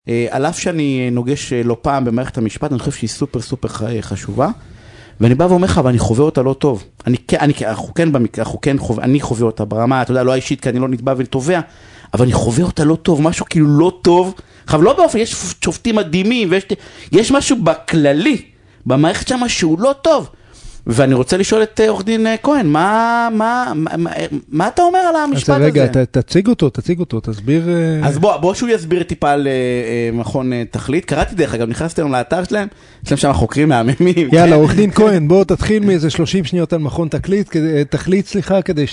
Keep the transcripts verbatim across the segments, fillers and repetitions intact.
על אף שאני נוגש לא פעם במערכת המשפט, אני חושב שהיא סופר סופר חשובה, ואני בא ואומר לך, ואני חווה אותה לא טוב. אני, אני, אנחנו כן במקרה, אנחנו כן חווה, אני חווה אותה ברמה, אתה יודע, לא האישית, כי אני לא נתבע ולתובע, אבל אני חווה אותה לא טוב, משהו כאילו לא טוב. עכשיו, לא באופן, יש שופטים מדהימים, ויש, יש משהו בכללי, במערכת שם שהוא לא טוב. ואני רוצה לשאול את עורך דין כהן, מה, מה, מה, מה אתה אומר על המשפט הזה? רגע, ת, תציג אותו, תציג אותו, תסביר. אז בוא, בוא שהוא יסביר טיפה על מכון תכלית. קראתי דרך אגב, נכנסתי לנו לאתר שלהם, יש להם שם חוקרים מהממים. יאללה, עורך דין כהן, בוא תתחיל מאיזה שלושים שניות על מכון תכלית, תכלית, סליחה, כדי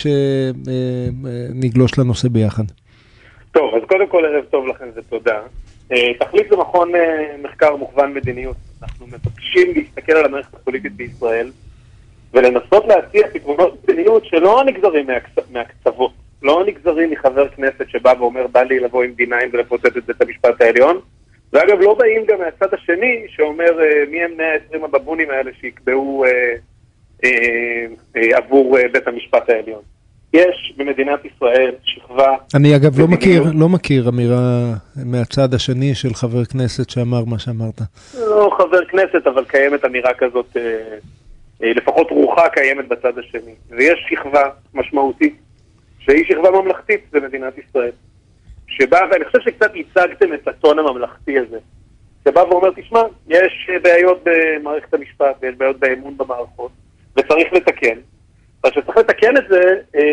שנגלוש לנושא ביחד. טוב, אז קודם כל ערב טוב לכם ותודה. תכלית זה מכון מחקר מוכוון מדיניות. אנחנו מבקשים להסתכל על המערכת הפוליטית בישראל, ולנסות להציע פתרונות מדיניות שלא נגזרים מהקצוות, לא נגזרים מחבר כנסת שבא ואומר, בא לי לבוא עם דיניים ולפוצץ את בית המשפט העליון, ואגב לא באים גם מהצד השני שאומר מי הם מאה ועשרים הבבונים האלה שיקבעו אה, אה, אה, עבור אה, בית המשפט העליון. יש במדינת ישראל שכבה... אני אגב לא מכיר, לא מכיר אמירה מהצד השני של חבר כנסת שאמר מה שאמרת. לא חבר כנסת, אבל קיימת אמירה כזאת... אה, לפחות רוחה קיימת בצד השני. ויש שכבה משמעותית, שהיא שכבה ממלכתית במדינת ישראל. שבא, ואני חושב שקצת הצגתם את הטון הממלכתי הזה, שבא ואומר, תשמע, יש בעיות במערכת המשפט, ויש בעיות באמון במערכות, וצריך לתקן. אבל שצריך לתקן את זה,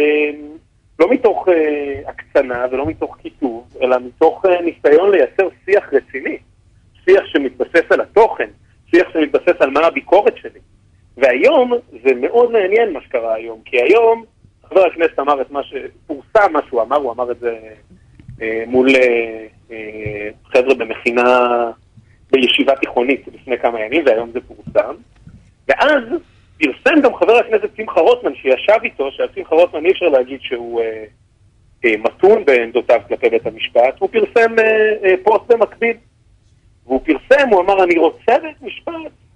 לא מתוך הקצנה ולא מתוך כיתוב, אלא מתוך ניסיון לייצר שיח רציני. שיח שמתבסס על התוכן, שיח שמתבסס על מה הביקורת שלי. והיום זה מאוד מעניין מה שקרה היום, כי היום חבר הכנסת אמר את מה שפורסם, מה שהוא אמר, הוא אמר את זה אה, מול אה, אה, חבר'ה במכינה בישיבה תיכונית לפני כמה ימים, והיום זה פורסם. ואז פרסם גם חבר הכנסת שמחה רוטמן שישב איתו, שעל שמחה רוטמן אי אפשר להגיד שהוא אה, אה, מתון בעמדותיו כלפי בית המשפט, הוא פרסם אה, אה, פוסט במקביל, והוא פרסם, הוא אמר, אני רוצה בית משפט,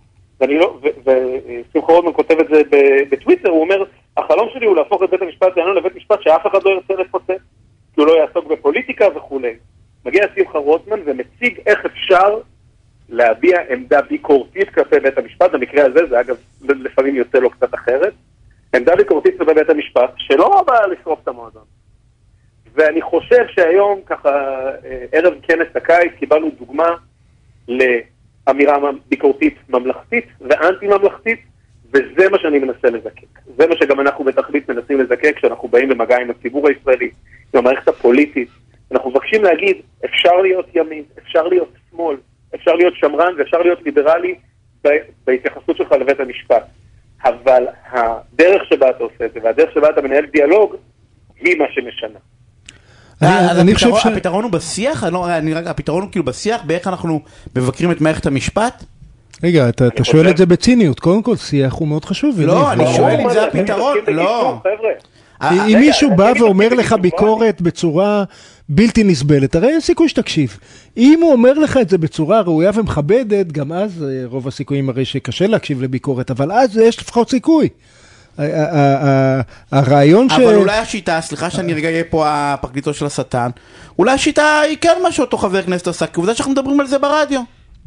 ושמחה רוטמן כותב את זה בטוויטר, הוא אומר, החלום שלי הוא להפוך את בית המשפט העליון לבית משפט שאף אחד לא ירצה לפוצץ, כי הוא לא יעסוק בפוליטיקה וכו'. מגיע שמחה רוטמן ומציג איך אפשר להביע עמדה ביקורתית כלפי בית המשפט, במקרה הזה, זה אגב לפעמים יוצא לו קצת אחרת, עמדה ביקורתית כלפי בית המשפט, שלא באה לשרוף את המועדון. ואני חושב שהיום, ככה, ערב כנס הקיץ, קיבלנו דוגמה ל... אמירה ביקורתית ממלכתית ואנטי ממלכתית, וזה מה שאני מנסה לזקק. זה מה שגם אנחנו בתכלית מנסים לזקק כשאנחנו באים במגע עם הציבור הישראלי, עם המערכת הפוליטית. אנחנו מבקשים להגיד, אפשר להיות ימין, אפשר להיות שמאל, אפשר להיות שמרן ואפשר להיות ליברלי בהתייחסות שלך לבית המשפט. אבל הדרך שבה אתה עושה את זה והדרך שבה אתה מנהל דיאלוג היא מה שמשנה. אני חושב שהפתרון הוא בשיח, הפתרון הוא כאילו בשיח, באיך אנחנו מבקרים את מערכת המשפט? רגע, אתה שואל את זה בציניות, קודם כל שיח הוא מאוד חשוב. לא, אני שואל אם זה הפתרון, לא. אם מישהו בא ואומר לך ביקורת בצורה בלתי נסבלת, הרי יש סיכוי שתקשיב. אם הוא אומר לך את זה בצורה ראויה ומכבדת, גם אז רוב הסיכויים הרי שקשה להקשיב לביקורת, אבל אז יש לפחות סיכוי. הרעיון ש... אבל אולי השיטה, סליחה שאני רגע אהיה פה הפרקליטו של השטן, אולי השיטה היא כן מה שאותו חבר כנסת עושה, כי עובדה שאנחנו מדברים על זה ברדיו.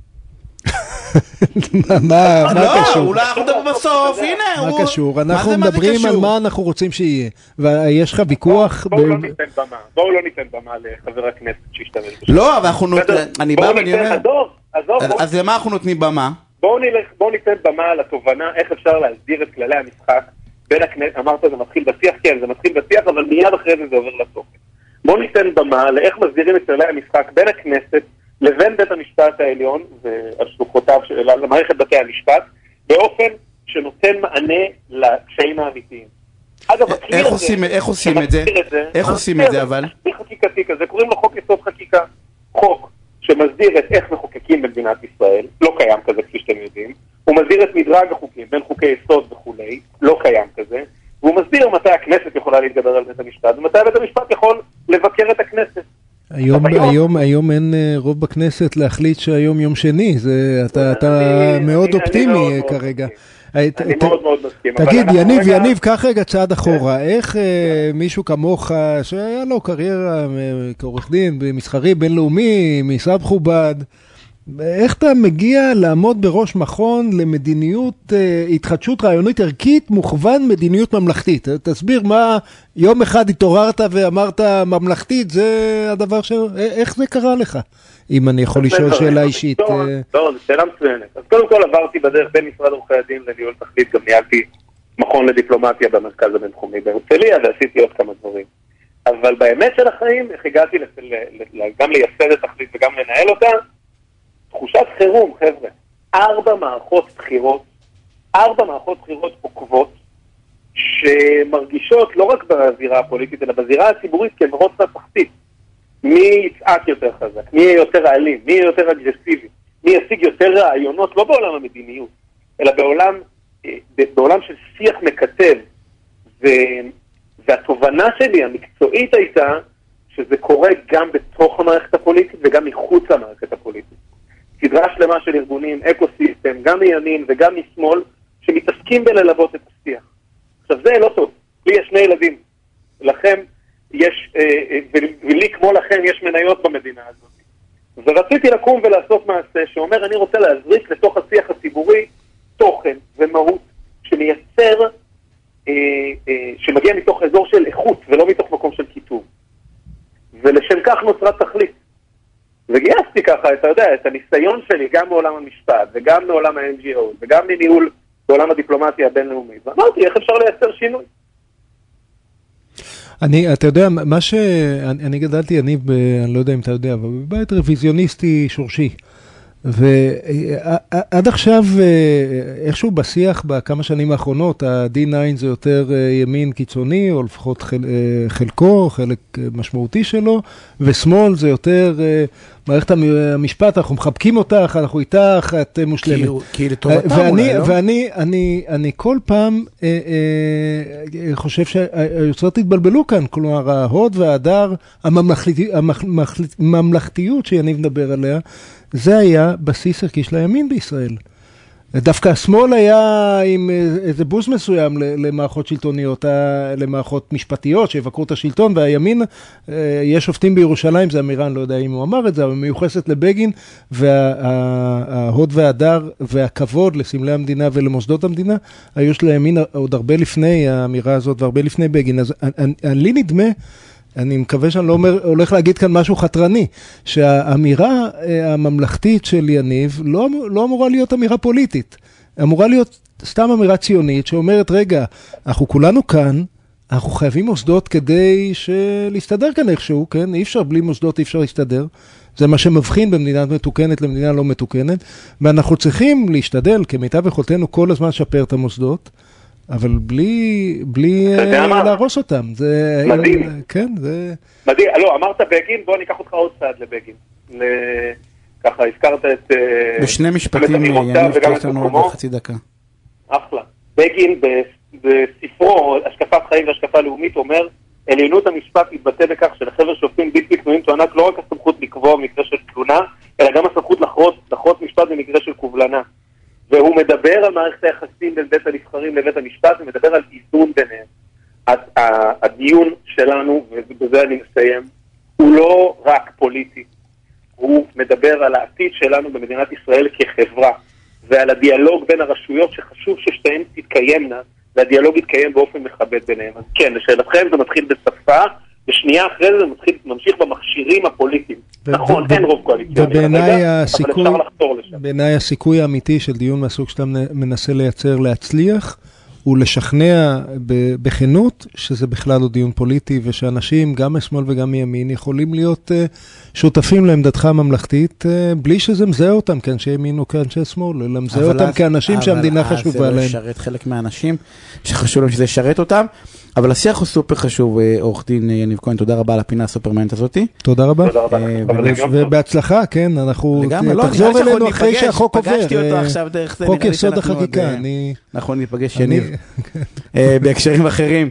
מה קשור? אולי אנחנו מדברים בסוף, הנה. מה קשור? אנחנו מדברים על מה אנחנו רוצים שיהיה. ויש לך ויכוח... בואו לא ניתן במה. בואו לא ניתן במה לחבר הכנסת שישתמש. לא, אבל אנחנו נותנים... אני בא ואני אומר... אז למה אנחנו נותנים במה? בואו ניתן במה לתובנה איך אפשר להסדיר את כללי המשחק. בין הכנסת, אמרת זה מתחיל בשיח, כן, זה מתחיל בשיח, אבל מיד אחרי זה זה עובר לתוכן. בואו ניתן במה לאיך מסדירים את כללי המשחק בין הכנסת לבין בית המשפט העליון והשלוחותיו של מערכת בתי המשפט, באופן שנותן מענה לקשיים האמיתיים. אגב, איך עושים, איך עושים את זה? איך עושים את זה, אבל? זה חקיקתי כזה, קוראים לו חוק יסוד חקיקה. חוק שמסדיר את איך מחוקקים במדינת ישראל, לא קיים כזה כפי שאתם יודעים. הוא מסדיר את מדרג החוקים בין חוקי יסוד וכולי, לא קיים כזה. והוא מסביר מתי הכנסת יכולה להתגבר על בית המשפט, ומתי בית המשפט יכול לבקר את הכנסת. היום, היום, היום אין רוב בכנסת להחליט שהיום יום שני, זה, אתה, אתה מאוד אופטימי כרגע. אני מאוד מאוד מסכים. תגיד, יניב, יניב, קח רגע צעד אחורה. איך מישהו כמוך, שהיה לו קריירה כעורך דין, במסחרי בינלאומי, משרד מכובד, איך אתה מגיע לעמוד בראש מכון למדיניות, התחדשות רעיונית ערכית, מוכוון מדיניות ממלכתית? תסביר מה, יום אחד התעוררת ואמרת ממלכתית, זה הדבר ש... איך זה קרה לך? אם אני יכול לשאול שאלה אישית. לא, זו שאלה מצוינת. אז קודם כל עברתי בדרך בין משרד עורכי הדין לניהול תכלית, גם ניהלתי מכון לדיפלומטיה במרכז הבינתחומי בהרצליה, ועשיתי עוד כמה דברים. אבל באמת של החיים, איך הגעתי גם לייסד את תכלית וגם לנהל אותה, תחושת חירום, חבר'ה. ארבע מערכות בחירות, ארבע מערכות בחירות עוקבות, שמרגישות לא רק בזירה הפוליטית, אלא בזירה הציבורית כמרוץ התחתית. מי יצעק יותר חזק, מי יהיה יותר אלים, מי יהיה יותר אגרסיבי, מי ישיג יותר רעיונות, לא בעולם המדיניות, אלא בעולם, בעולם של שיח מקטב. ו... והתובנה שלי המקצועית הייתה שזה קורה גם בתוך המערכת הפוליטית וגם מחוץ למערכת הפוליטית. סדרה שלמה של ארגונים, אקוסיסטם, גם מימין וגם משמאל, שמתעסקים בללוות את השיח. עכשיו זה לא טוב, לי יש שני ילדים, לכם יש, ולי כמו לכם יש מניות במדינה הזאת. ורציתי לקום ולעשות מעשה שאומר אני רוצה להזריק לתוך השיח הציבורי תוכן ומהות שמייצר, שמגיע מתוך אזור של איכות ולא מתוך מקום של כיתוב. ולשם כך נוצרה תכלית. וגייסתי ככה, אתה יודע, את הניסיון שלי גם מעולם המשפט וגם מעולם ה-אן ג'י או וגם מניהול בעולם הדיפלומטיה הבינלאומית. ואמרתי, איך אפשר לייצר שינוי? אני, אתה יודע, מה ש... אני, אני גדלתי, אני, ב, אני לא יודע אם אתה יודע, אבל בבית רוויזיוניסטי שורשי. ועד עכשיו, איכשהו בשיח בכמה שנים האחרונות, ה-די ניין זה יותר ימין קיצוני, או לפחות חל, חלקו, חלק משמעותי שלו, ושמאל זה יותר מערכת המשפט, אנחנו מחבקים אותך, אנחנו איתך, את מושלמת. כי לטובתם אולי, לא? ואני אני, אני כל פעם חושב שהיוצרות התבלבלו כאן, כלומר, ההוד וההדר, הממלכתיות שיניב מדבר עליה, זה היה בסיס ערכי של הימין בישראל. דווקא השמאל היה עם איזה בוז מסוים למערכות שלטוניות, למערכות משפטיות שיבקרו את השלטון, והימין, יש שופטים בירושלים, זה אמירה, אני לא יודע אם הוא אמר את זה, אבל מיוחסת לבגין, וההוד וההדר והכבוד לסמלי המדינה ולמוסדות המדינה, היו של הימין עוד הרבה לפני האמירה הזאת, והרבה לפני בגין. אז לי נדמה, אני מקווה שאני לא אומר, הולך להגיד כאן משהו חתרני, שהאמירה הממלכתית של יניב לא, לא אמורה להיות אמירה פוליטית, אמורה להיות סתם אמירה ציונית שאומרת, רגע, אנחנו כולנו כאן, אנחנו חייבים מוסדות כדי להסתדר כאן איכשהו, כן? אי אפשר, בלי מוסדות אי אפשר להסתדר, זה מה שמבחין במדינה מתוקנת למדינה לא מתוקנת, ואנחנו צריכים להשתדל כמיטב יכולתנו כל הזמן לשפר את המוסדות, אבל בלי, בלי להרוס אותם. זה, מדהים. כן, זה... מדהים. לא, אמרת בגין, בוא ניקח אותך עוד צעד לבגין. ל... ככה, הזכרת את... בשני משפטים, יניב, יש לנו עוד חצי דקה. אחלה. בגין בספרו, השקפת חיים והשקפה לאומית, אומר, עליונות המשפט מתבטא בכך שלחבר שופטים בלתי תלויים תוענק לא רק הסמכות לקבוע במקרה של תלונה, אלא גם הסמכות לחרוץ, לחרוץ משפט במקרה של קובלנה. והוא מדבר על מערכת היחסים בין בית הנבחרים לבית המשפט, ומדבר על איזון ביניהם. הדיון שלנו, ובזה אני מסיים, הוא לא רק פוליטי, הוא מדבר על העתיד שלנו במדינת ישראל כחברה, ועל הדיאלוג בין הרשויות שחשוב ששתיהן תתקיימנה, והדיאלוג יתקיים באופן מכבד ביניהם. אז כן, לשאלתכם זה מתחיל בשפה, ושנייה אחרי זה זה מתחיל, ממשיך במכשירים הפוליטיים. נכון, אין רוב קואליציוני, אבל אפשר לחתור לשם. בעיניי הסיכוי האמיתי של דיון מהסוג שאתה מנסה לייצר להצליח, הוא לשכנע בכנות שזה בכלל לא דיון פוליטי, ושאנשים, גם משמאל וגם מימין, יכולים להיות שותפים לעמדתך הממלכתית, בלי שזה מזהה אותם כאנשי ימין או כאנשי שמאל, אלא מזהה אותם כאנשים שהמדינה חשובה להם. אבל אז זה לא ישרת חלק מהאנשים שחשוב להם שזה ישרת אותם, אבל השיח הוא סופר חשוב, עורך דין יניב כהן, תודה רבה על הפינה הסופר מעניינת הזאת. תודה רבה. ובהצלחה, כן, אנחנו תחזור אלינו אחרי שהחוק עובר. פגשתי אותו עכשיו דרך זה. חוק יסוד החקיקה. אנחנו ניפגש יניב. בהקשרים אחרים.